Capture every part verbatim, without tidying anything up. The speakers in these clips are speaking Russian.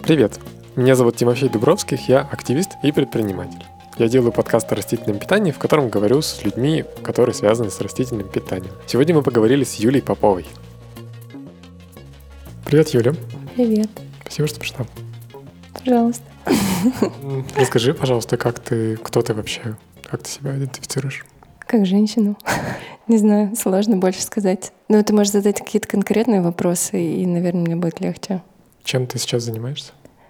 Привет! Меня зовут Тимофей Дубровских, я активист и предприниматель. Я делаю подкаст о растительном питании, в котором говорю с людьми, которые связаны с растительным питанием. Сегодня мы поговорили с Юлей Поповой. Привет, Юля. Привет. Спасибо, что пришла. Пожалуйста. Расскажи, пожалуйста, как ты, кто ты вообще, как ты себя идентифицируешь? Как женщину. Не знаю, сложно больше сказать. Но ты можешь задать какие-то конкретные вопросы, и, наверное, мне будет легче. Чем ты сейчас занимаешься?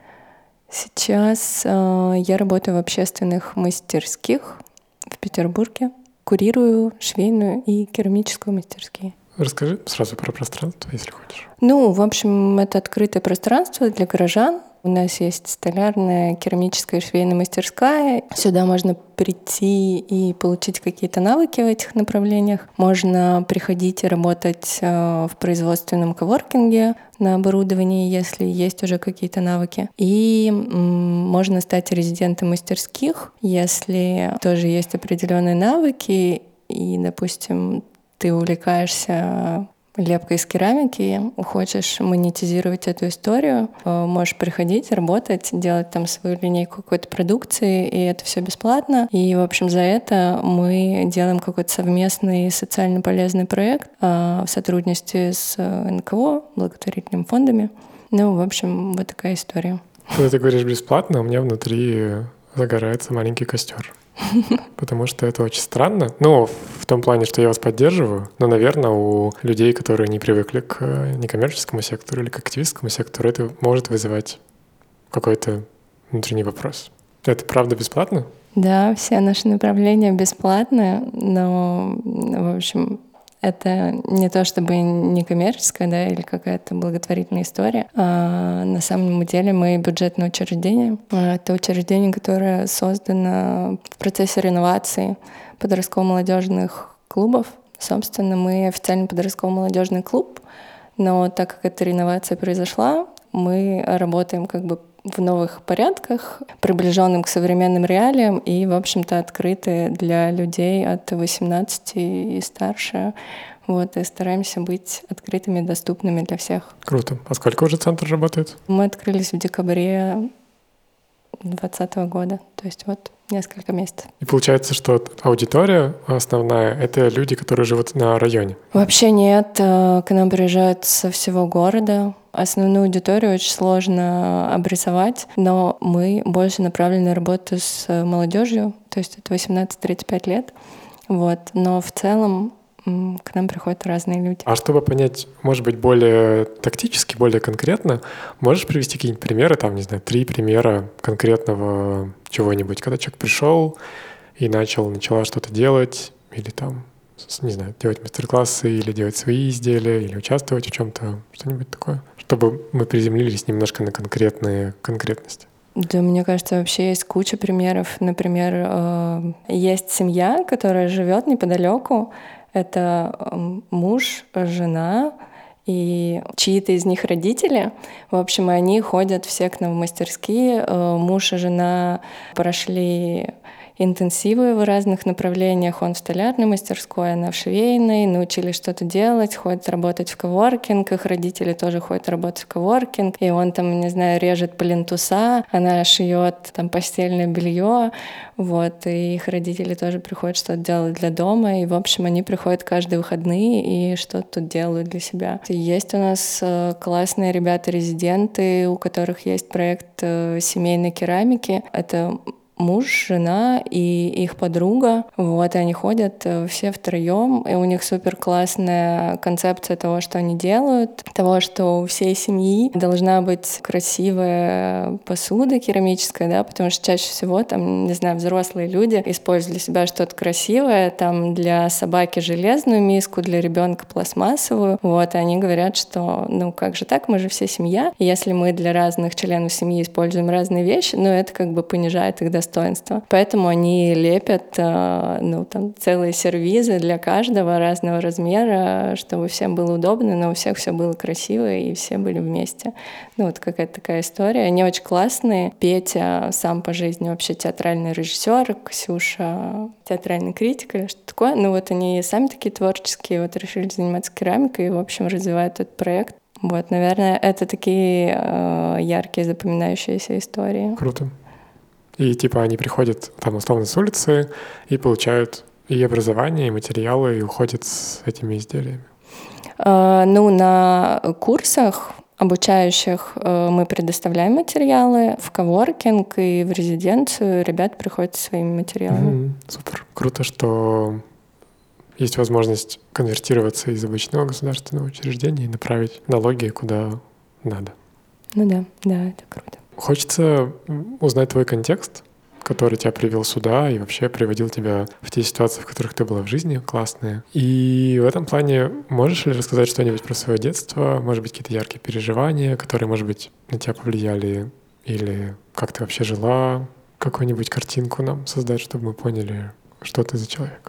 Сейчас э, я работаю в общественных мастерских в Петербурге. Курирую швейную и керамическую мастерские. Расскажи сразу про пространство, если хочешь. Ну, в общем, это открытое пространство для горожан. У нас есть столярная, керамическая и швейная мастерская. Сюда можно прийти и получить какие-то навыки в этих направлениях. Можно приходить и работать в производственном коворкинге на оборудовании, если есть уже какие-то навыки. И м, можно стать резидентом мастерских, если тоже есть определенные навыки и, допустим, ты увлекаешься лепкой из керамики, хочешь монетизировать эту историю, можешь приходить, работать, делать там свою линейку какой-то продукции, и это все бесплатно. И, в общем, за это мы делаем какой-то совместный социально полезный проект в сотрудничестве с эн ка о, благотворительными фондами. Ну, в общем, вот такая история. Когда ты говоришь бесплатно, у меня внутри загорается маленький костер. Потому что это очень странно. Ну, в том плане, что я вас поддерживаю, но, наверное, у людей, которые не привыкли к некоммерческому сектору или к активистскому сектору, это может вызывать какой-то внутренний вопрос. Это правда бесплатно? Да, все наши направления бесплатные, но, в общем, это не то чтобы некоммерческая, да, или какая-то благотворительная история. А на самом деле мы бюджетное учреждение. Это учреждение, которое создано в процессе реновации подростково-молодежных клубов. Собственно, мы официально подростково-молодежный клуб, но так как эта реновация произошла, мы работаем как бы в новых порядках, приближенным к современным реалиям и, в общем-то, открыты для людей от восемнадцати и старше. Вот, и стараемся быть открытыми, доступными для всех. Круто. А сколько уже центр работает? Мы открылись в декабре двадцатого года, то есть вот несколько месяцев. И получается, что аудитория основная — это люди, которые живут на районе? Вообще нет, к нам приезжают со всего города. Основную аудиторию очень сложно обрисовать, но мы больше направлены на работу с молодежью, то есть это восемнадцать тридцать пять лет. Вот. Но в целом к нам приходят разные люди. А чтобы понять, может быть, более тактически, более конкретно, можешь привести какие-нибудь примеры, там, не знаю, три примера конкретного чего-нибудь, когда человек пришел и начал, начала что-то делать, или там, не знаю, делать мастер-классы, или делать свои изделия, или участвовать в чем-то, что-нибудь такое, чтобы мы приземлились немножко на конкретные конкретности. Да, мне кажется, вообще есть куча примеров. Например, есть семья, которая живет неподалеку. Это муж, жена и чьи-то из них родители. В общем, они ходят все к нам в мастерские. Муж и жена прошли интенсивы в разных направлениях. Он в столярной мастерской, она в швейной, научились что-то делать, ходят работать в коворкинг, их родители тоже ходят работать в коворкинг, и он там, не знаю, режет плинтуса, она шьет там постельное белье, вот, и их родители тоже приходят что-то делать для дома, и, в общем, они приходят каждые выходные и что-то тут делают для себя. И есть у нас классные ребята-резиденты, у которых есть проект семейной керамики. Это муж, жена и их подруга. Вот, и они ходят все втроем, и у них супер классная концепция того, что они делают, того, что у всей семьи должна быть красивая посуда керамическая, да, потому что чаще всего там, не знаю, взрослые люди используют для себя что-то красивое, там для собаки железную миску, для ребенка пластмассовую. Вот, и они говорят, что ну как же так, мы же все семья, и если мы для разных членов семьи используем разные вещи, ну это как бы понижает их достоинство. Поэтому они лепят ну, там, целые сервизы для каждого разного размера, чтобы всем было удобно, но у всех все было красиво, и все были вместе. Ну, вот какая-то такая история. Они очень классные. Петя сам по жизни вообще театральный режиссер, Ксюша театральный критик или что такое. Ну вот они сами такие творческие, вот решили заниматься керамикой и, в общем, развивают этот проект. Вот, наверное, это такие э, яркие, запоминающиеся истории. Круто. И типа они приходят там условно с улицы и получают и образование, и материалы, и уходят с этими изделиями. Э, ну, на курсах обучающих э, мы предоставляем материалы, в коворкинг и в резиденцию ребят приходят со своими материалами. Mm-hmm. Супер. Круто, что есть возможность конвертироваться из обычного государственного учреждения и направить налоги куда надо. Ну да, да, это круто. Хочется узнать твой контекст, который тебя привел сюда и вообще приводил тебя в те ситуации, в которых ты была в жизни, классные. И в этом плане можешь ли рассказать что-нибудь про свое детство, может быть, какие-то яркие переживания, которые, может быть, на тебя повлияли, или как ты вообще жила, какую-нибудь картинку нам создать, чтобы мы поняли, что ты за человек?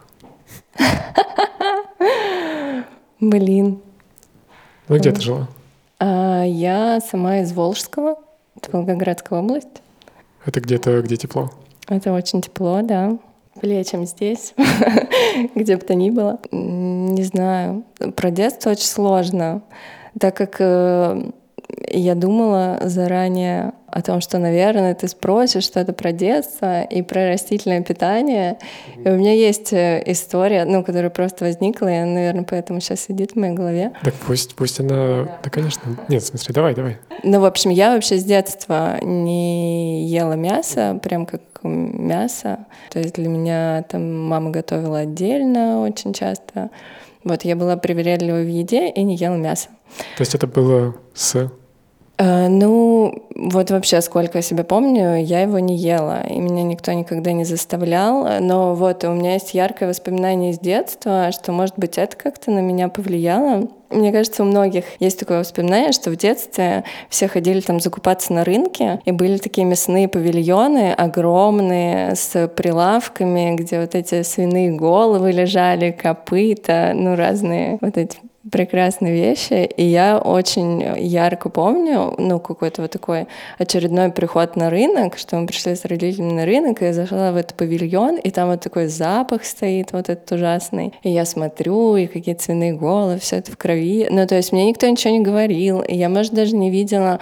Блин. Ну, где ты жила? А, я сама из Волжского, это Волгоградская область. Это где-то, где тепло? Это очень тепло, да. Теплее, чем здесь, где бы то ни было. Не знаю. Про детство очень сложно, так как э, я думала заранее о том, что, наверное, ты спросишь что-то про детство и про растительное питание. И у меня есть история, ну, которая просто возникла, и она, наверное, поэтому сейчас сидит в моей голове. Так пусть, пусть она... Да. да, конечно. Нет, в смысле, давай, давай. Ну, в общем, я вообще с детства не ела мясо, прям как мясо. То есть для меня там мама готовила отдельно очень часто. Вот, я была привередлива в еде и не ела мясо. То есть это было с... Uh, ну, вот вообще, сколько я себя помню, я его не ела, и меня никто никогда не заставлял, но вот у меня есть яркое воспоминание из детства, что, может быть, это как-то на меня повлияло. Мне кажется, у многих есть такое воспоминание, что в детстве все ходили там закупаться на рынке, и были такие мясные павильоны огромные, с прилавками, где вот эти свиные головы лежали, копыта, ну, разные вот эти прекрасные вещи, и я очень ярко помню, ну, какой-то вот такой очередной приход на рынок, что мы пришли с родителями на рынок, и я зашла в этот павильон, и там вот такой запах стоит, вот этот ужасный, и я смотрю, и какие-то свиные головы, все это в крови, ну, то есть мне никто ничего не говорил, и я, может, даже не видела,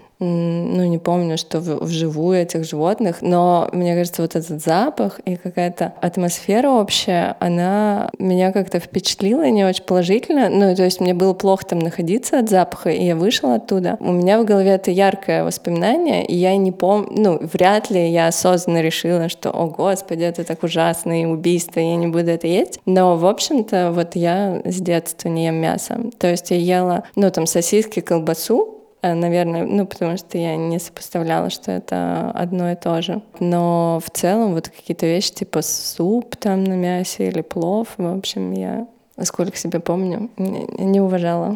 ну, не помню, что вживую этих животных, но мне кажется, вот этот запах и какая-то атмосфера общая, она меня как-то впечатлила не очень положительно. Ну, то есть мне было плохо там находиться от запаха, и я вышла оттуда. У меня в голове это яркое воспоминание, и я не помню, ну, вряд ли я осознанно решила, что, о, Господи, это так ужасно, и убийство, я не буду это есть. Но, в общем-то, вот я с детства не ем мясо. То есть я ела, ну, там, сосиски, колбасу, наверное, ну, потому что я не сопоставляла, что это одно и то же. Но в целом вот какие-то вещи типа суп там на мясе или плов, в общем, я, сколько себя помню, не уважала.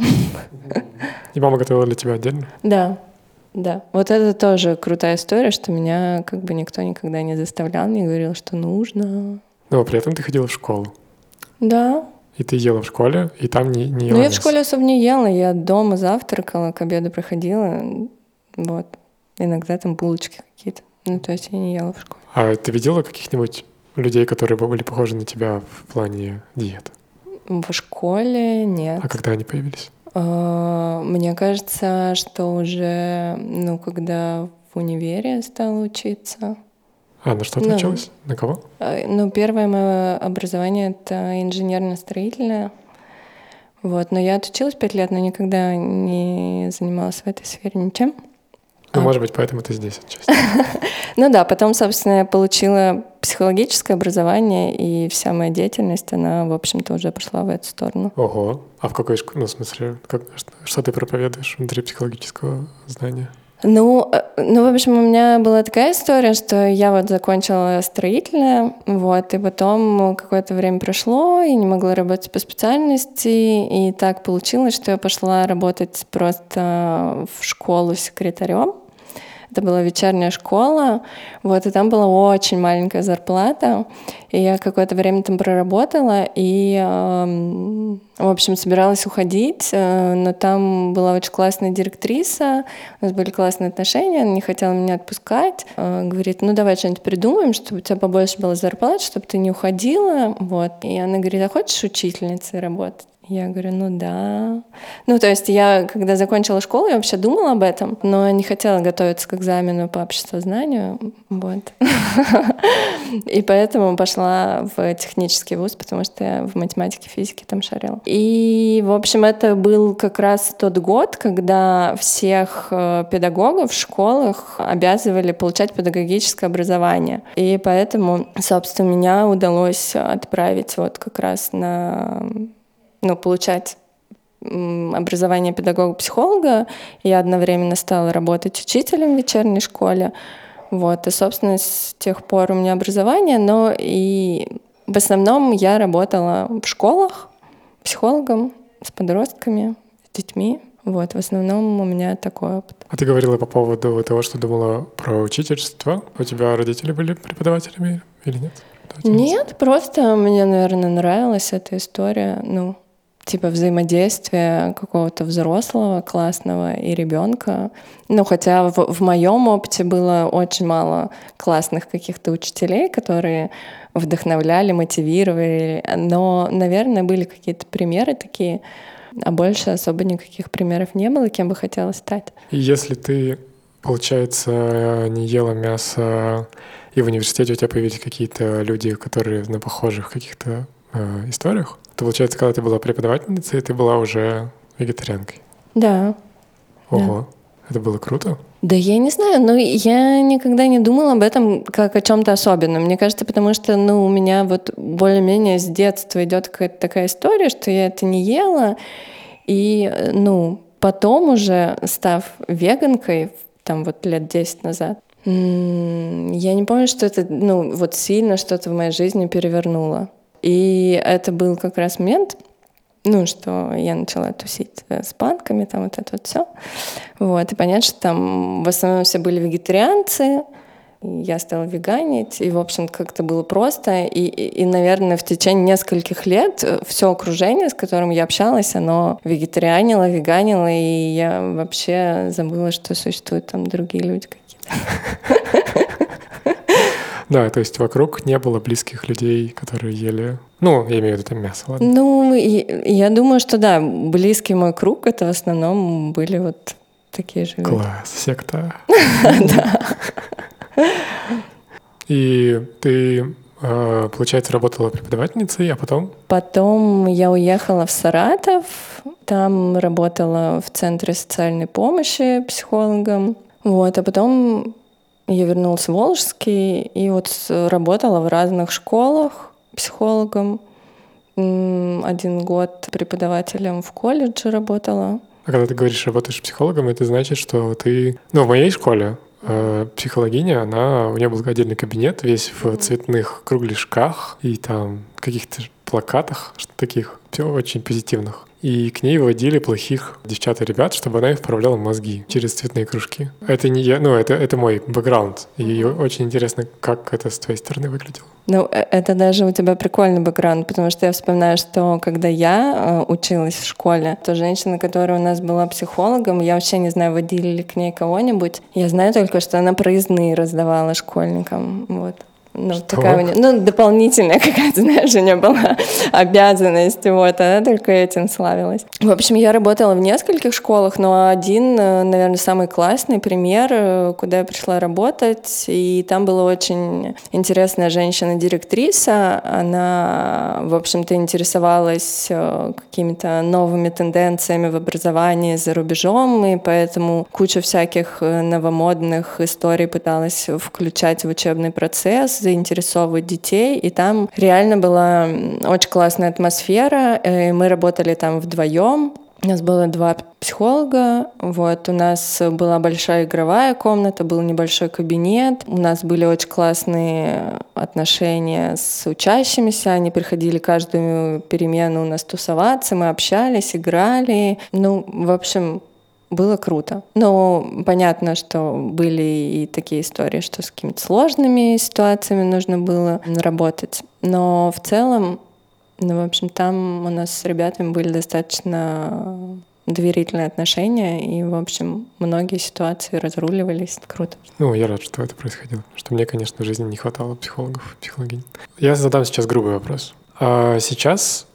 И мама готовила для тебя отдельно? Да, да. Вот это тоже крутая история, что меня как бы никто никогда не заставлял, не говорил, что нужно. Но при этом ты ходила в школу. Да. И ты ела в школе, и там не, не ела Ну, я мясо. в школе особо не ела, я дома завтракала, к обеду приходила, вот. Иногда там булочки какие-то. Ну, то есть я не ела в школе. А ты видела каких-нибудь людей, которые были похожи на тебя в плане диеты? В школе нет. А когда они появились? Мне кажется, что уже, ну, когда в универе стала учиться. А, на что ты ну, училась? На кого? Ну, первое мое образование — это инженерно-строительное. Вот. Но я отучилась пять лет, но никогда не занималась в этой сфере ничем. Ну, а. может быть, поэтому ты здесь отчасти. Ну да, потом, собственно, я получила психологическое образование, и вся моя деятельность, она, в общем-то, уже пошла в эту сторону. Ого. А в какой школе? Ну, в смысле, как, что, что ты проповедуешь внутри психологического знания? Ну, ну, в общем, у меня была такая история, что я вот закончила строительное, вот, и потом какое-то время прошло, и не могла работать по специальности, и так получилось, что я пошла работать просто в школу секретарем. Это была вечерняя школа, вот, и там была очень маленькая зарплата, и я какое-то время там проработала, и, э, в общем, собиралась уходить, э, но там была очень классная директриса, у нас были классные отношения, она не хотела меня отпускать, э, говорит, ну давай что-нибудь придумаем, чтобы у тебя побольше было зарплат, чтобы ты не уходила, вот, и она говорит, а хочешь учительницей работать? Я говорю, ну да. Ну, то есть я, когда закончила школу, я вообще думала об этом, но не хотела готовиться к экзамену по обществознанию. Вот. И поэтому пошла в технический вуз, потому что я в математике, физике там шарила. И, в общем, это был как раз тот год, когда всех педагогов в школах обязывали получать педагогическое образование. И поэтому, собственно, меня удалось отправить вот как раз на... ну, получать образование педагога-психолога. Я одновременно стала работать учителем в вечерней школе. Вот. И, собственно, с тех пор у меня образование, но и в основном я работала в школах психологом, с подростками, с детьми. Вот. В основном у меня такой опыт. А ты говорила по поводу того, что думала про учительство. У тебя родители были преподавателями или нет? Нет, просто мне, наверное, нравилась эта история, ну, типа взаимодействия какого-то взрослого, классного и ребенка. Ну, хотя в, в моем опыте было очень мало классных каких-то учителей, которые вдохновляли, мотивировали, но, наверное, были какие-то примеры такие, а больше особо никаких примеров не было, кем бы хотела стать. И если ты, получается, не ела мясо, и в университете у тебя появились какие-то люди, которые на похожих каких-то э, историях, то, получается, когда ты была преподавательницей, ты была уже вегетарианкой. Да. Ого, да. Это было круто? Да я не знаю, но я никогда не думала об этом как о чем-то особенном. Мне кажется, потому что ну, у меня вот более-менее с детства идет какая-то такая история, что я это не ела. И ну, потом уже, став веганкой, там вот лет десять назад, я не помню, что это ну, вот сильно что-то в моей жизни перевернуло. И это был как раз момент, ну, что я начала тусить с панками, там вот это вот все. Вот, и понятно, что там в основном все были вегетарианцы, я стала веганить, и, в общем, как-то было просто. И, и, и, наверное, в течение нескольких лет все окружение, с которым я общалась, оно вегетарианило, веганило, и я вообще забыла, что существуют там другие люди какие-то. Да, то есть вокруг не было близких людей, которые ели... Ну, я имею в виду там мясо, ладно? Ну, я думаю, что да, близкий мой круг — это в основном были вот такие же люди. Класс, секта. Да. И ты, получается, работала преподавательницей, а потом? Потом я уехала в Саратов, там работала в Центре социальной помощи психологом. Вот, а потом я вернулась в Волжский и вот работала в разных школах психологом. Один год преподавателем в колледже работала. А когда ты говоришь, работаешь психологом, это значит, что ты... Ну, в моей школе э, психологиня, она... У нее был отдельный кабинет, весь в цветных кругляшках и там каких-то плакатах, что таких, все очень позитивных. И к ней вводили плохих девчат и ребят, чтобы она их вправляла мозги через цветные кружки. Это не я, ну, это, это мой бэкграунд. И очень интересно, как это с твоей стороны выглядело. Ну, это даже у тебя прикольный бэкграунд, потому что я вспоминаю, что когда я э, училась в школе, то женщина, которая у нас была психологом, я вообще не знаю, водили ли к ней кого-нибудь. Я знаю только, что она проездные раздавала школьникам, вот. Ну, что? такая у нее, ну, дополнительная какая-то, знаешь, у нее была обязанность, вот, она только этим славилась. В общем, я работала в нескольких школах, но один, наверное, самый классный пример, куда я пришла работать, и там была очень интересная женщина-директриса, она, в общем-то, интересовалась какими-то новыми тенденциями в образовании за рубежом, и поэтому кучу всяких новомодных историй пыталась включать в учебный процесс, заинтересовывать детей, и там реально была очень классная атмосфера, и мы работали там вдвоем. У нас было два психолога, вот, у нас была большая игровая комната, был небольшой кабинет, у нас были очень классные отношения с учащимися, они приходили каждую перемену у нас тусоваться, мы общались, играли, ну, в общем, было круто. Но понятно, что были и такие истории, что с какими-то сложными ситуациями нужно было работать. Но в целом, ну, в общем, там у нас с ребятами были достаточно доверительные отношения, и, в общем, многие ситуации разруливались. Круто. Ну, я рад, что это происходило, потому что мне, конечно, в жизни не хватало психологов, психологинь. Я задам сейчас грубый вопрос. А сейчас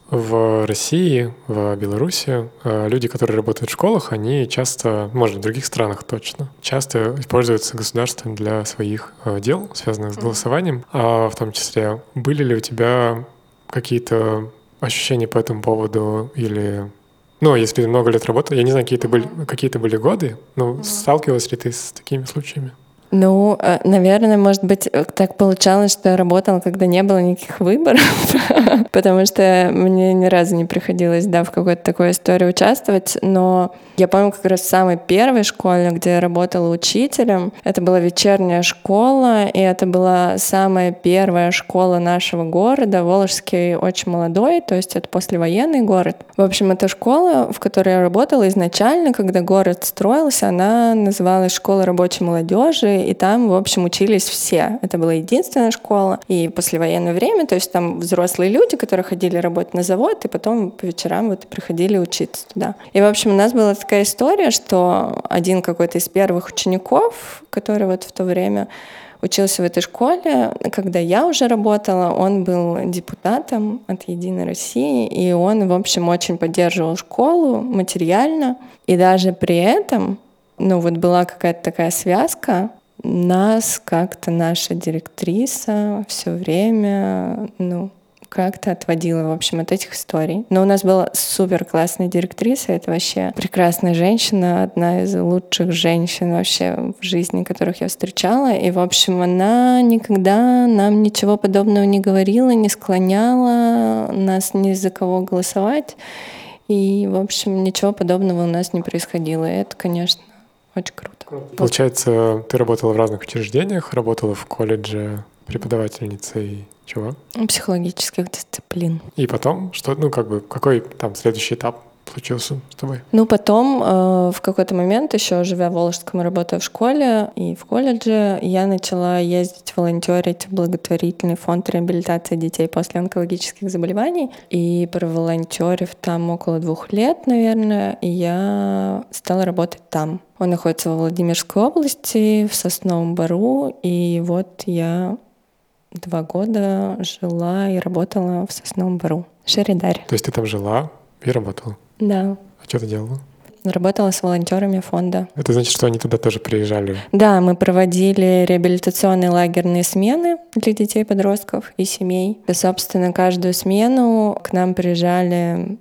в России, в Беларуси люди, которые работают в школах, они часто, может, в других странах точно, часто используются государством для своих дел, связанных с голосованием. А в том числе, были ли у тебя какие-то ощущения по этому поводу или... Ну, если ты много лет работал, я не знаю, какие-то были, какие-то были годы, но mm-hmm. сталкивалась ли ты с такими случаями? Ну, наверное, может быть, так получалось, что я работала, когда не было никаких выборов, потому что мне ни разу не приходилось, да, в какой-то такой истории участвовать, но я помню как раз в самой первой школе, где я работала учителем, это была вечерняя школа, и это была самая первая школа нашего города, Волжский очень молодой, то есть это послевоенный город. В общем, эта школа, в которой я работала изначально, когда город строился, она называлась «Школа рабочей молодежи», и там, в общем, учились все. Это была единственная школа. И послевоенное время, то есть там взрослые люди, которые ходили работать на завод, и потом по вечерам вот приходили учиться туда. И, в общем, у нас была такая история, что один какой-то из первых учеников, который вот в то время учился в этой школе, когда я уже работала, он был депутатом от «Единой России», и он, в общем, очень поддерживал школу материально. И даже при этом, ну вот была какая-то такая связка, нас как-то наша директриса все время, ну, как-то отводила, в общем, от этих историй. Но у нас была супер классная директриса, это вообще прекрасная женщина, одна из лучших женщин вообще в жизни, которых я встречала. И, в общем, она никогда нам ничего подобного не говорила, не склоняла нас ни за кого голосовать. И, в общем, ничего подобного у нас не происходило. И это, конечно, очень круто. Получается, ты работала в разных учреждениях, работала в колледже преподавательницей чего? Психологических дисциплин. И потом, что, ну, как бы, какой там следующий этап случился с тобой? Ну, потом, э, в какой-то момент, еще живя в Волжском, работая в школе и в колледже, я начала ездить волонтерить в благотворительный фонд реабилитации детей после онкологических заболеваний. И проволонтерив там около двух лет, наверное, я стала работать там. Он находится во Владимирской области, в Сосновом Бору, и вот я два года жила и работала в Сосновом Бору, в Шеридаре. То есть ты там жила и работала? Да. А что ты делала? Работала с волонтерами фонда. Это значит, что они туда тоже приезжали? Да, мы проводили реабилитационные лагерные смены для детей, подростков и семей. И, собственно, каждую смену к нам приезжали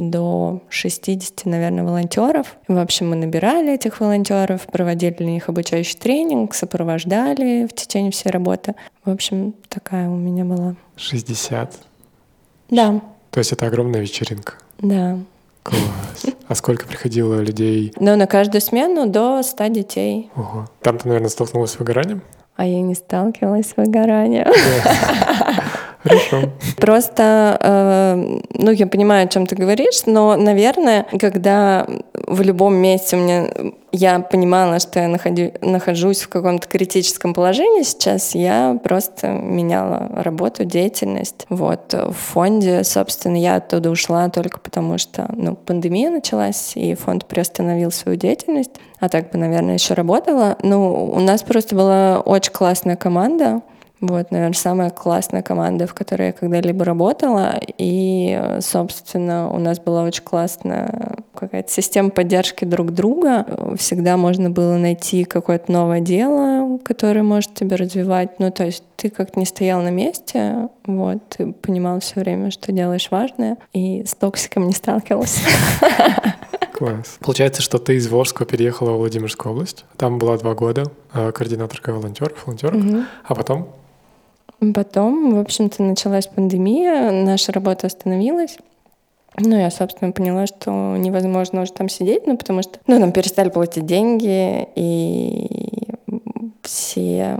до шестидесяти, наверное, волонтеров. В общем, мы набирали этих волонтеров, проводили для них обучающий тренинг, сопровождали в течение всей работы. В общем, такая у меня была. шестьдесят? Да. То есть это огромная вечеринка? Да. Класс. А сколько приходило людей? Ну, на каждую смену до ста детей. Ого. Там ты, наверное, столкнулась с выгоранием? А я не сталкивалась с выгоранием. Хорошо. Просто, э, ну, я понимаю, о чем ты говоришь, но, наверное, когда в любом месте у меня я понимала, что я находи, нахожусь в каком-то критическом положении сейчас, я просто меняла работу, деятельность. Вот. В фонде, собственно, я оттуда ушла только потому, что, ну, пандемия началась, и фонд приостановил свою деятельность. А так бы, наверное, еще работала. Ну, у нас просто была очень классная команда. Вот, наверное, самая классная команда, в которой я когда-либо работала. И, собственно, у нас была очень классная какая-то система поддержки друг друга. Всегда можно было найти какое-то новое дело, которое может тебя развивать. Ну, то есть ты как-то не стоял на месте, вот, ты понимал все время, что делаешь важное, и с токсиком не сталкивался. Класс. Получается, что ты из Волжского переехала в Владимирскую область. Там была два года координаторкой волонтеров, волонтеров. Угу. А потом? Потом, в общем-то, началась пандемия, наша работа остановилась. Ну, я, собственно, поняла, что невозможно уже там сидеть, ну, потому что, ну, нам перестали платить деньги, и все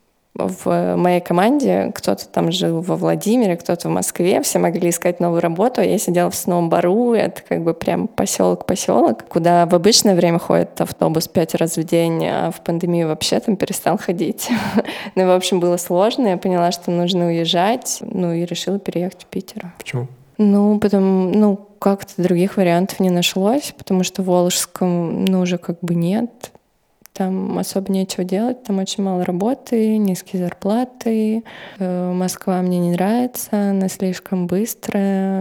в моей команде, кто-то там жил во Владимире, кто-то в Москве, все могли искать новую работу, а я сидела в Сосновом Бору, это как бы прям поселок-поселок, куда в обычное время ходит автобус пять раз в день, а в пандемию вообще там перестал ходить. Ну, в общем, было сложно, я поняла, что нужно уезжать, ну, и решила переехать в Питер. Почему? Ну, потому, ну, как-то других вариантов не нашлось, потому что в Волжском, ну, уже как бы нет. Там особо нечего делать, там очень мало работы, низкие зарплаты. Москва мне не нравится, она слишком быстрая.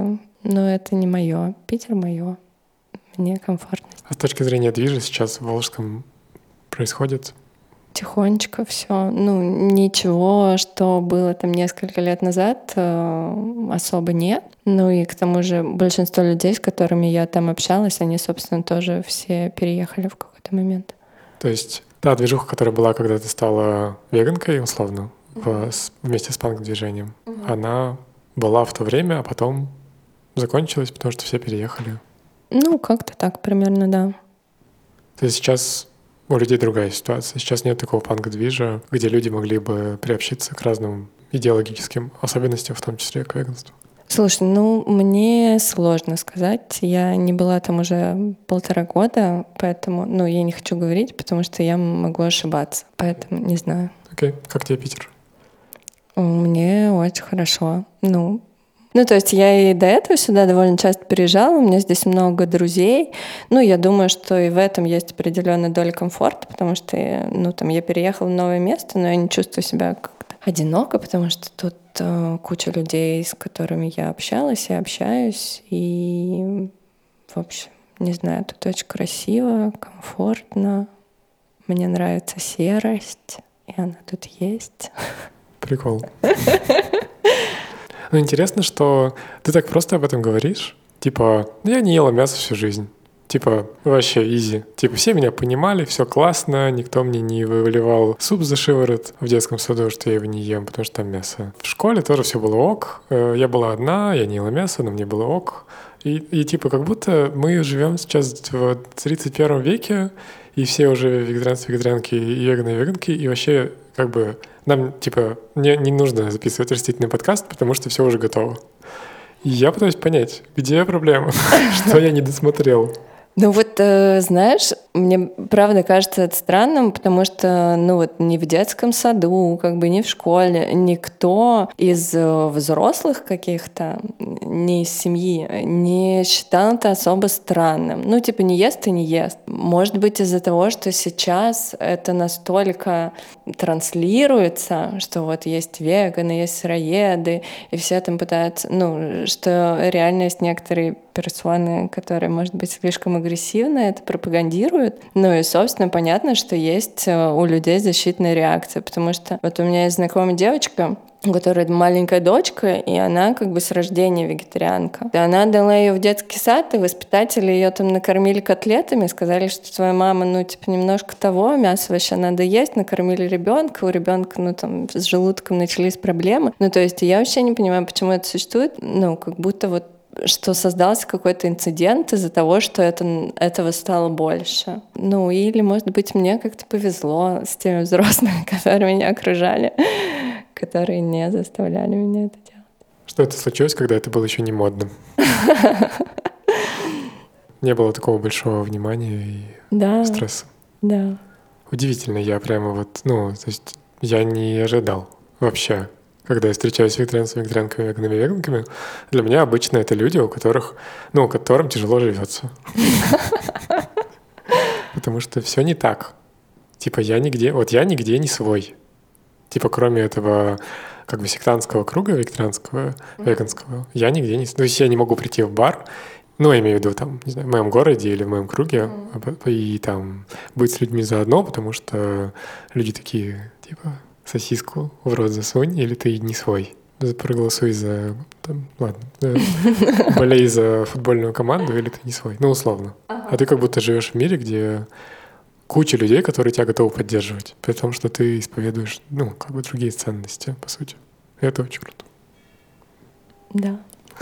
но это не мое. Питер мое. Мне комфортно. А с точки зрения движа сейчас в Волжском происходит? Тихонечко все. Ну, ничего, что было там несколько лет назад, особо нет. Ну и к тому же большинство людей, с которыми я там общалась, они, собственно, тоже все переехали в какой-то момент. То есть та движуха, которая была, когда ты стала веганкой, условно, mm-hmm. в, вместе с панк-движением, mm-hmm. она была в то время, а потом закончилась, потому что все переехали. Ну, как-то так примерно, да. То есть сейчас у людей другая ситуация. Сейчас нет такого панк-движа, где люди могли бы приобщиться к разным идеологическим особенностям, в том числе к веганству. Слушай, ну, мне сложно сказать. Я не была там уже полтора года, поэтому, ну, я не хочу говорить, потому что я могу ошибаться. Поэтому не знаю. Окей. Okay. Как тебе Питер? Мне очень хорошо. Ну, Ну, то есть я и до этого сюда довольно часто переезжала, у меня здесь много друзей. Ну, я думаю, что и в этом есть определенная доля комфорта, потому что, ну, там, я переехала в новое место, но я не чувствую себя как-то одиноко, потому что тут э, куча людей, с которыми я общалась и общаюсь. И, в общем, не знаю, тут очень красиво, комфортно. Мне нравится серость, и она тут есть. Прикол. Ну, интересно, что ты так просто об этом говоришь. Типа, я не ела мясо всю жизнь. Типа, вообще изи. Типа, все меня понимали, все классно, никто мне не выливал суп за шиворот в детском саду, что я его не ем, потому что там мясо. В школе тоже все было ок. Я была одна, я не ела мясо, но мне было ок. И, и типа, как будто мы живем сейчас в тридцать первом веке, и все уже вегетарианцы, вегетарианки, и веганы, и веганки, и вообще, как бы, нам, типа, не, не нужно записывать растительный подкаст, потому что все уже готово. И я пытаюсь понять, где проблема, что я не досмотрел. Ну вот, э, знаешь, мне правда кажется это странным, потому что, ну вот, ни в детском саду, как бы ни в школе никто из взрослых каких-то, ни из семьи, не считал это особо странным. Ну, типа, не ест и не ест. Может быть, из-за того, что сейчас это настолько транслируется, что вот есть веганы, есть сыроеды, и все там пытаются, ну, что реально есть некоторые персоны, которые, может быть, слишком агрессивно это пропагандируют. Ну и, собственно, понятно, что есть у людей защитная реакция, потому что вот у меня есть знакомая девочка, у которой маленькая дочка, и она как бы с рождения вегетарианка. И она отдала ее в детский сад, и воспитатели ее там накормили котлетами, сказали, что твоя мама, ну, типа, немножко того, мясо вообще надо есть, накормили ребенка, у ребенка, ну, там, с желудком начались проблемы. Ну, то есть я вообще не понимаю, почему это существует, ну, как будто вот что создался какой-то инцидент из-за того, что это, этого стало больше. Ну, или, может быть, мне как-то повезло с теми взрослыми, которые меня окружали, которые не заставляли меня это делать. Что это случилось, когда это было еще не модным? Не было такого большого внимания и да, стресса. Да. Удивительно, я прямо вот, ну, то есть я не ожидал вообще. Когда я встречаюсь с вегетарианцами, вегетарианками, веганами, веганками, для меня обычно это люди, у которых, ну, которым тяжело живется. Потому что все не так. Типа я нигде, вот я нигде не свой. Типа кроме этого как бы сектантского круга вегетарианского, веганского, я нигде не... То есть я не могу прийти в бар, ну, я имею в виду там, не знаю, в моем городе или в моем круге, и там быть с людьми заодно, потому что люди такие, типа... сосиску в рот засунь, или ты не свой. Проголосуй за... Там, ладно. Болей за футбольную команду, или ты не свой. Ну, условно. Ага. А ты как будто живешь в мире, где куча людей, которые тебя готовы поддерживать. При том, что ты исповедуешь, ну, как бы другие ценности, по сути. И это очень круто. Да.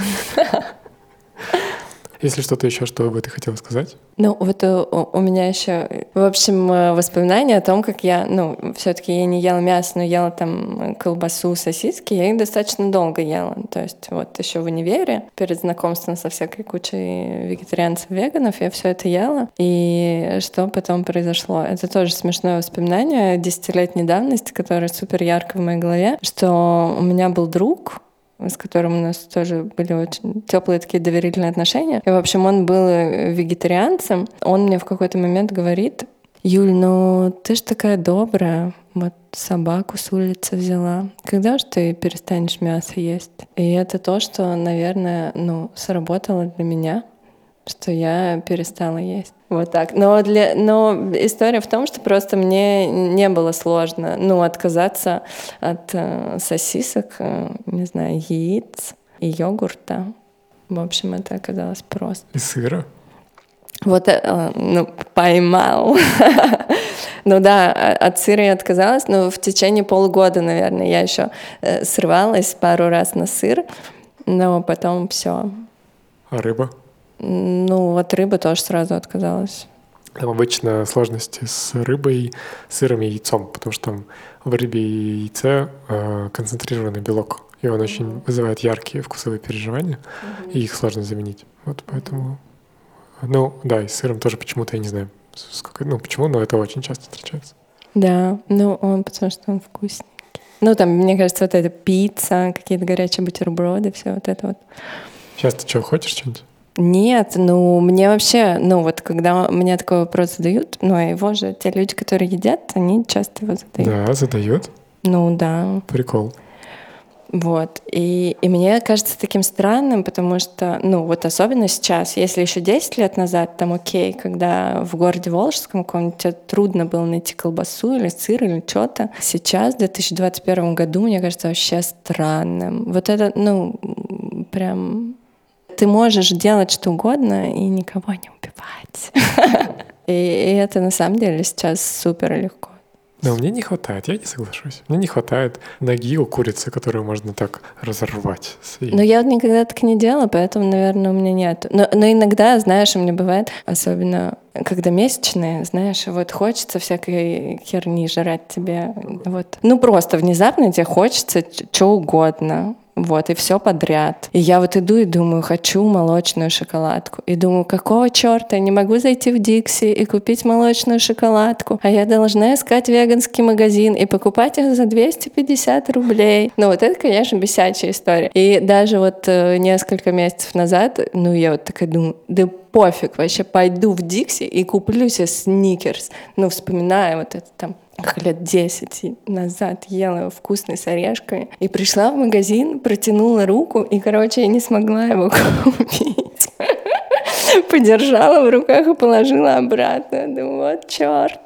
Если что-то еще, что бы ты хотела сказать? Ну, вот у, у меня еще, в общем, воспоминания о том, как я, ну, все-таки я не ела мясо, но ела там колбасу, сосиски, я их достаточно долго ела. То есть вот еще в универе, перед знакомством со всякой кучей вегетарианцев, веганов, я все это ела. И что потом произошло? Это тоже смешное воспоминание десятилетней давности, которое супер ярко в моей голове, что у меня был друг, с которым у нас тоже были очень теплые такие доверительные отношения. И, в общем, он был вегетарианцем. Он мне в какой-то момент говорит, Юль, ну ты ж такая добрая. Вот собаку с улицы взяла. Когда же ты перестанешь мясо есть? И это то, что, наверное, ну, сработало для меня, что я перестала есть. Вот так. Но, для, но история в том, что просто мне не было сложно, ну, отказаться от э, сосисок, э, не знаю, яиц и йогурта. В общем, это оказалось просто. И сыра? Вот, э, ну, поймал. Ну да, от сыра я отказалась, но в течение полугода, наверное, я еще э, срывалась пару раз на сыр, но потом все. А рыба? Ну, от рыбы тоже сразу отказалась. Там обычно сложности с рыбой, сыром и яйцом, потому что там в рыбе и яйце э, концентрированный белок, и он очень mm-hmm. вызывает яркие вкусовые переживания, mm-hmm. и их сложно заменить. Вот поэтому... Ну, да, и с сыром тоже почему-то, я не знаю, сколько, ну, почему, но это очень часто встречается. Да, ну, он, потому что он вкусненький. Ну, там, мне кажется, вот эта пицца, какие-то горячие бутерброды, все вот это вот. Сейчас ты что, хочешь что-нибудь? Нет, ну, мне вообще, ну, вот когда мне такой вопрос задают, ну, его же, те люди, которые едят, они часто его задают. Да, задают. Ну, да. Прикол. Вот. И, и мне кажется таким странным, потому что, ну, вот особенно сейчас, если еще десять лет назад, там окей, когда в городе Волжском каком-нибудь тебе трудно было найти колбасу или сыр или что-то, сейчас, в две тысячи двадцать первом году, мне кажется вообще странным. Вот это, ну, прям... Ты можешь делать что угодно и никого не убивать. И, и это на самом деле сейчас супер легко. Но мне не хватает, я не соглашусь. Мне не хватает ноги у курицы, которую можно так разорвать. Но я вот никогда так не делала, поэтому, наверное, у меня нет. Но, но иногда, знаешь, у меня бывает, особенно когда месячные, знаешь, вот хочется всякой херни жрать тебе. Вот. Ну просто внезапно тебе хочется что угодно. Вот, и все подряд. И я вот иду и думаю, хочу молочную шоколадку. И думаю, какого черта, я не могу зайти в Дикси и купить молочную шоколадку, а я должна искать веганский магазин и покупать их за двести пятьдесят рублей. Ну вот это, конечно, бесячая история. И даже вот э, несколько месяцев назад, ну я вот такая думаю, да пофиг, вообще пойду в Дикси и куплю себе сникерс. Ну, вспоминая вот это там лет десять назад ела его вкусный с орешками. И пришла в магазин, протянула руку, и, короче, я не смогла его купить. Подержала в руках и положила обратно. Думаю, вот черт.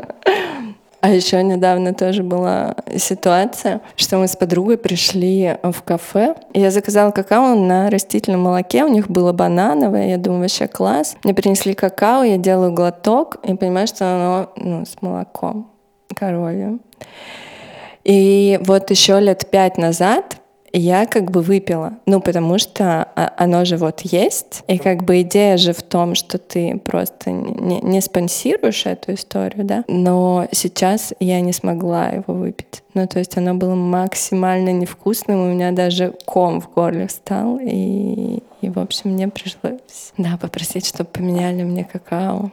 А еще недавно тоже была ситуация, что мы с подругой пришли в кафе. Я заказала какао на растительном молоке, у них было банановое, я думаю, вообще класс. Мне принесли какао, я делаю глоток и понимаю, что оно ну, с молоком коровьим. И вот еще лет пять назад я как бы выпила. Ну, потому что оно же вот есть. И как бы идея же в том, что ты просто не, не спонсируешь эту историю, да. Но сейчас я не смогла его выпить. Ну, то есть оно было максимально невкусным. У меня даже ком в горле встал. И, и в общем, мне пришлось, да, попросить, чтобы поменяли мне какао.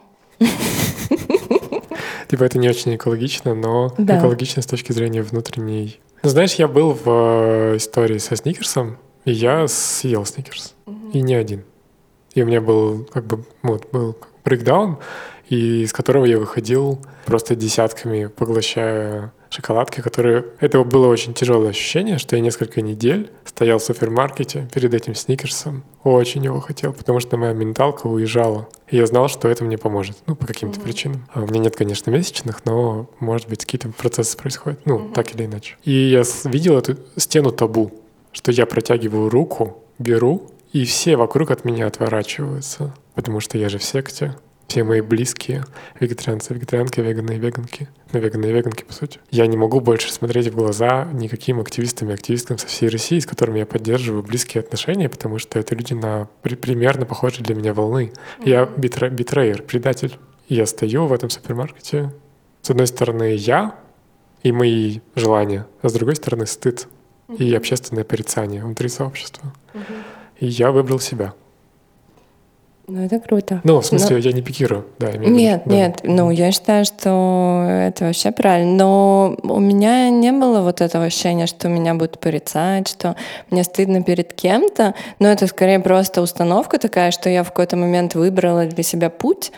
Типа это не очень экологично, но да. экологично с точки зрения внутренней. Ну, знаешь, я был в истории со сникерсом, и я съел сникерс. Mm-hmm. И не один. И у меня был как бы вот, был брейкдаун, и из которого я выходил просто десятками, поглощая шоколадки, которые... Это было очень тяжелое ощущение, что я несколько недель стоял в супермаркете перед этим сникерсом. Очень его хотел, потому что моя менталка уезжала. И я знал, что это мне поможет. Ну, по каким-то mm-hmm. причинам. А у меня нет, конечно, месячных, но, может быть, какие-то процессы происходят. Ну, mm-hmm. так или иначе. И я видел эту стену табу, что я протягиваю руку, беру, и все вокруг от меня отворачиваются. Потому что я же в секте. Все мои близкие вегетарианцы, вегетарианки, веганы и веганки, ну, веганы и веганки, по сути. Я не могу больше смотреть в глаза никаким активистам и активисткам со всей России, с которыми я поддерживаю близкие отношения, потому что это люди на при, примерно похожие для меня волны. Mm-hmm. Я битре, битрейер, предатель. И я стою в этом супермаркете. С одной стороны, я и мои желания, а с другой стороны, стыд mm-hmm. и общественное порицание внутри сообщества. Mm-hmm. И я выбрал себя. Ну, это круто. Ну, в смысле, но... я не пикирую. Да, нет, да. нет. Ну, я считаю, что это вообще правильно. Но у меня не было вот этого ощущения, что меня будут порицать, что мне стыдно перед кем-то. Но это скорее просто установка такая, что я в какой-то момент выбрала для себя путь,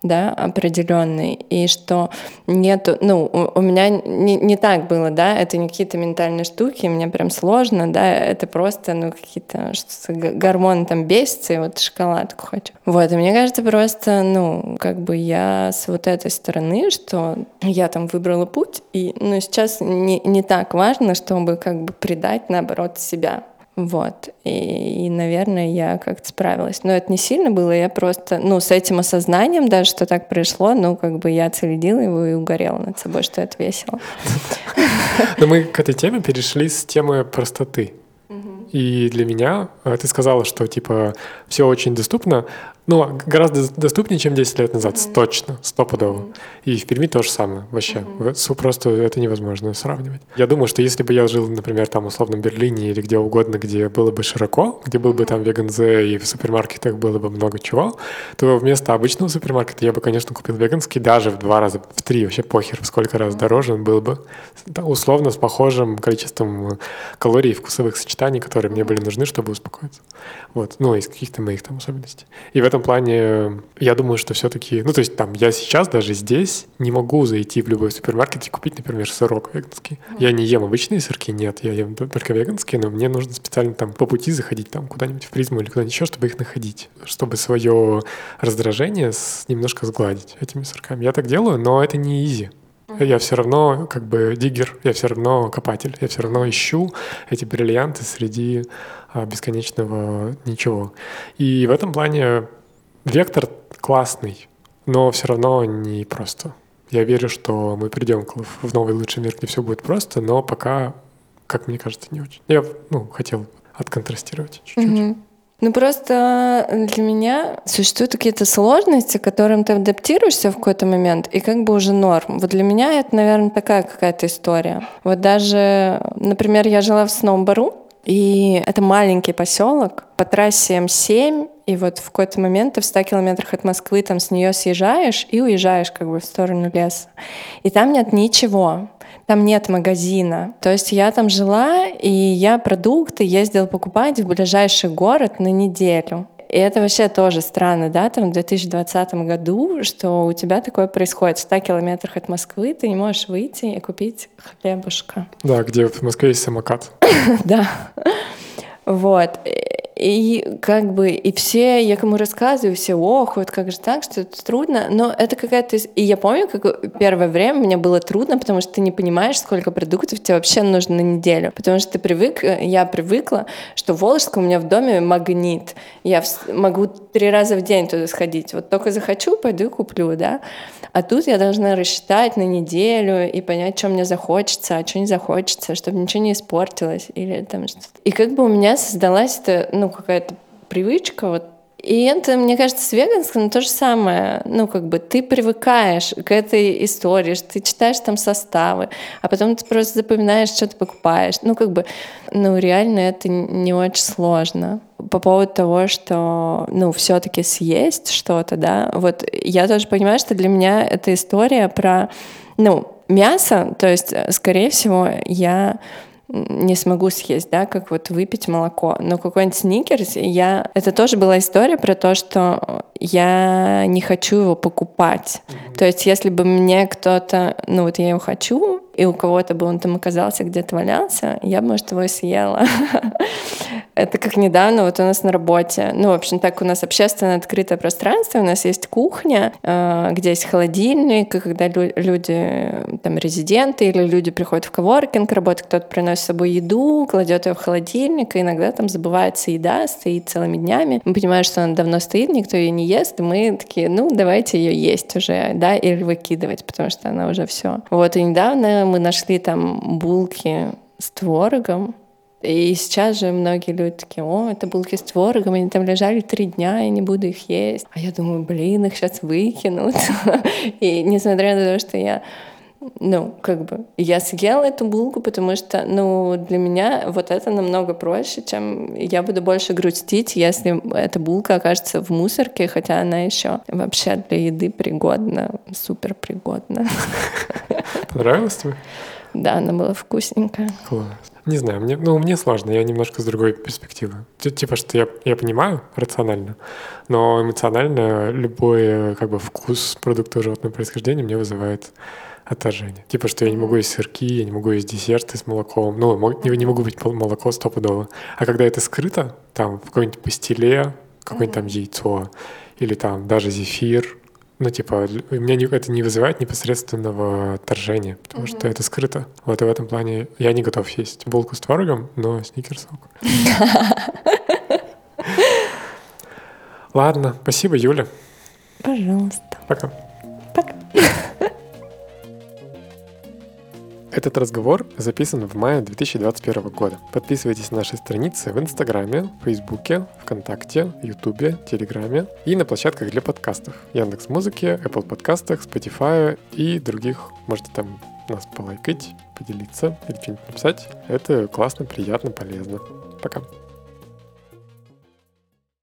да, определенный, и что нету, ну, у, у меня не, не так было, да, это не какие-то ментальные штуки, мне прям сложно, да, это просто, ну, какие-то гормоны там бесятся, и вот шоколадку хочу. Вот, и мне кажется, просто, ну, как бы я с вот этой стороны, что я там выбрала путь, и, ну, сейчас не, не так важно, чтобы как бы предать, наоборот, себя. Вот. И, и, наверное, я как-то справилась. Но это не сильно было, я просто, ну, с этим осознанием даже, что так пришло, ну, как бы я отследила его и угорела над собой, что это весело. Но мы к этой теме перешли с темы простоты. И для меня, ты сказала, что типа все очень доступно, ну, гораздо доступнее, чем десять лет назад, mm-hmm. точно, стопудово. Mm-hmm. И в Перми то же самое вообще. Mm-hmm. Просто это невозможно сравнивать. Я думаю, что если бы я жил, например, там, условно, в Берлине или где угодно, где было бы широко, где был бы там веганзе и в супермаркетах было бы много чего, то вместо обычного супермаркета я бы, конечно, купил веганский даже в два раза, в три, вообще похер, в сколько раз дороже он был бы, условно, с похожим количеством калорий и вкусовых сочетаний, которые мне были нужны, чтобы успокоиться. Вот. Ну, из каких-то моих там особенностей. И в этом плане я думаю, что все-таки... Ну, то есть там я сейчас даже здесь не могу зайти в любой супермаркет и купить, например, сырок веганский. Mm-hmm. Я не ем обычные сырки, нет, я ем только веганские, но мне нужно специально там по пути заходить там куда-нибудь в Призму или куда-нибудь еще, чтобы их находить, чтобы свое раздражение с... немножко сгладить этими сырками. Я так делаю, но это не изи. Я все равно как бы диггер, я все равно копатель, я все равно ищу эти бриллианты среди а, бесконечного ничего. И в этом плане вектор классный, но все равно не просто. Я верю, что мы придем в новый лучший мир, где все будет просто, но пока, как мне кажется, не очень. Я ну, хотел отконтрастировать чуть-чуть. Mm-hmm. Ну, просто для меня существуют какие-то сложности, к которым ты адаптируешься в какой-то момент, и как бы уже норм. Вот для меня это, наверное, такая какая-то история. Вот даже, например, я жила в Сноубору, и это маленький поселок по трассе эм семь, и вот в какой-то момент ты в ста километрах от Москвы там с нее съезжаешь и уезжаешь как бы в сторону леса. И там нет ничего. Там нет магазина. То есть я там жила, и я продукты ездила покупать в ближайший город на неделю. И это вообще тоже странно, да, там в две тысячи двадцатом году, что у тебя такое происходит. В ста километрах от Москвы ты не можешь выйти и купить хлебушка. Да, где в Москве есть самокат. Да. Вот. И как бы, и все, я кому рассказываю, все, ох, вот как же так, что это трудно, но это какая-то... И я помню, как первое время мне было трудно, потому что ты не понимаешь, сколько продуктов тебе вообще нужно на неделю, потому что ты привык, я привыкла, что в Волжском у меня в доме магнит, я могу три раза в день туда сходить, вот только захочу, пойду и куплю, да, а тут я должна рассчитать на неделю и понять, что мне захочется, а что не захочется, чтобы ничего не испортилось или там что-то. И как бы у меня создалась эта, ну, какая-то привычка, вот. И это, мне кажется, с веганским то же самое. Ну, как бы ты привыкаешь к этой истории, ты читаешь там составы, а потом ты просто запоминаешь, что ты покупаешь. Ну, как бы, ну, реально это не очень сложно. По поводу того, что, ну, все-таки съесть что-то, да, вот я тоже понимаю, что для меня эта история про, ну, мясо, то есть, скорее всего, я не смогу съесть, да, как вот выпить молоко. Но какой-нибудь сникерс, я... Это тоже была история про то, что я не хочу его покупать. Mm-hmm. То есть если бы мне кто-то... Ну вот я его хочу, и у кого-то бы он там оказался, где-то валялся, я бы, может, его и съела. Это как недавно вот у нас на работе. Ну, в общем, так у нас общественное открытое пространство, у нас есть кухня, где есть холодильник, и когда люди, там, резиденты или люди приходят в коворкинг работать, кто-то приносит с собой еду, кладет ее в холодильник, и иногда там забывается еда, стоит целыми днями. Мы понимаем, что она давно стоит, никто ее не ест, и мы такие, ну, давайте ее есть уже, да, или выкидывать, потому что она уже все. Вот, и недавно мы нашли там булки с творогом, и сейчас же многие люди такие, о, это булки с творогом, они там лежали три дня, я не буду их есть. А я думаю, блин, их сейчас выкинут. И несмотря на то, что я, ну, как бы, я съела эту булку, потому что, ну, для меня вот это намного проще, чем я буду больше грустить, если эта булка окажется в мусорке, хотя она еще вообще для еды пригодна, супер пригодна. Понравилось тебе? Да, она была вкусненькая. Класс. Не знаю, мне, ну, мне сложно, я немножко с другой перспективы. Типа, что я, я понимаю рационально, но эмоционально любой как бы вкус продукта животного происхождения мне вызывает отторжение. Типа, что я не могу есть сырки, я не могу есть десерты с молоком. Ну, не, не могу быть молоко стопудово. А когда это скрыто, там, в какой-нибудь пастиле, какое-нибудь там яйцо, или там даже зефир, ну, типа, у меня не, это не вызывает непосредственного отторжения, потому mm-hmm. что это скрыто. Вот и в этом плане я не готов есть булку с творогом, но сникерс ок. Ладно, спасибо, Юля. Пожалуйста. Пока. Пока. Этот разговор записан в мае две тысячи двадцать первого года. Подписывайтесь на наши страницы в Инстаграме, Фейсбуке, ВКонтакте, Ютубе, Телеграме и на площадках для подкастов Яндекс.Музыке, Apple подкастах, Spotify и других. Можете там нас полайкать, поделиться или что-нибудь написать. Это классно, приятно, полезно. Пока.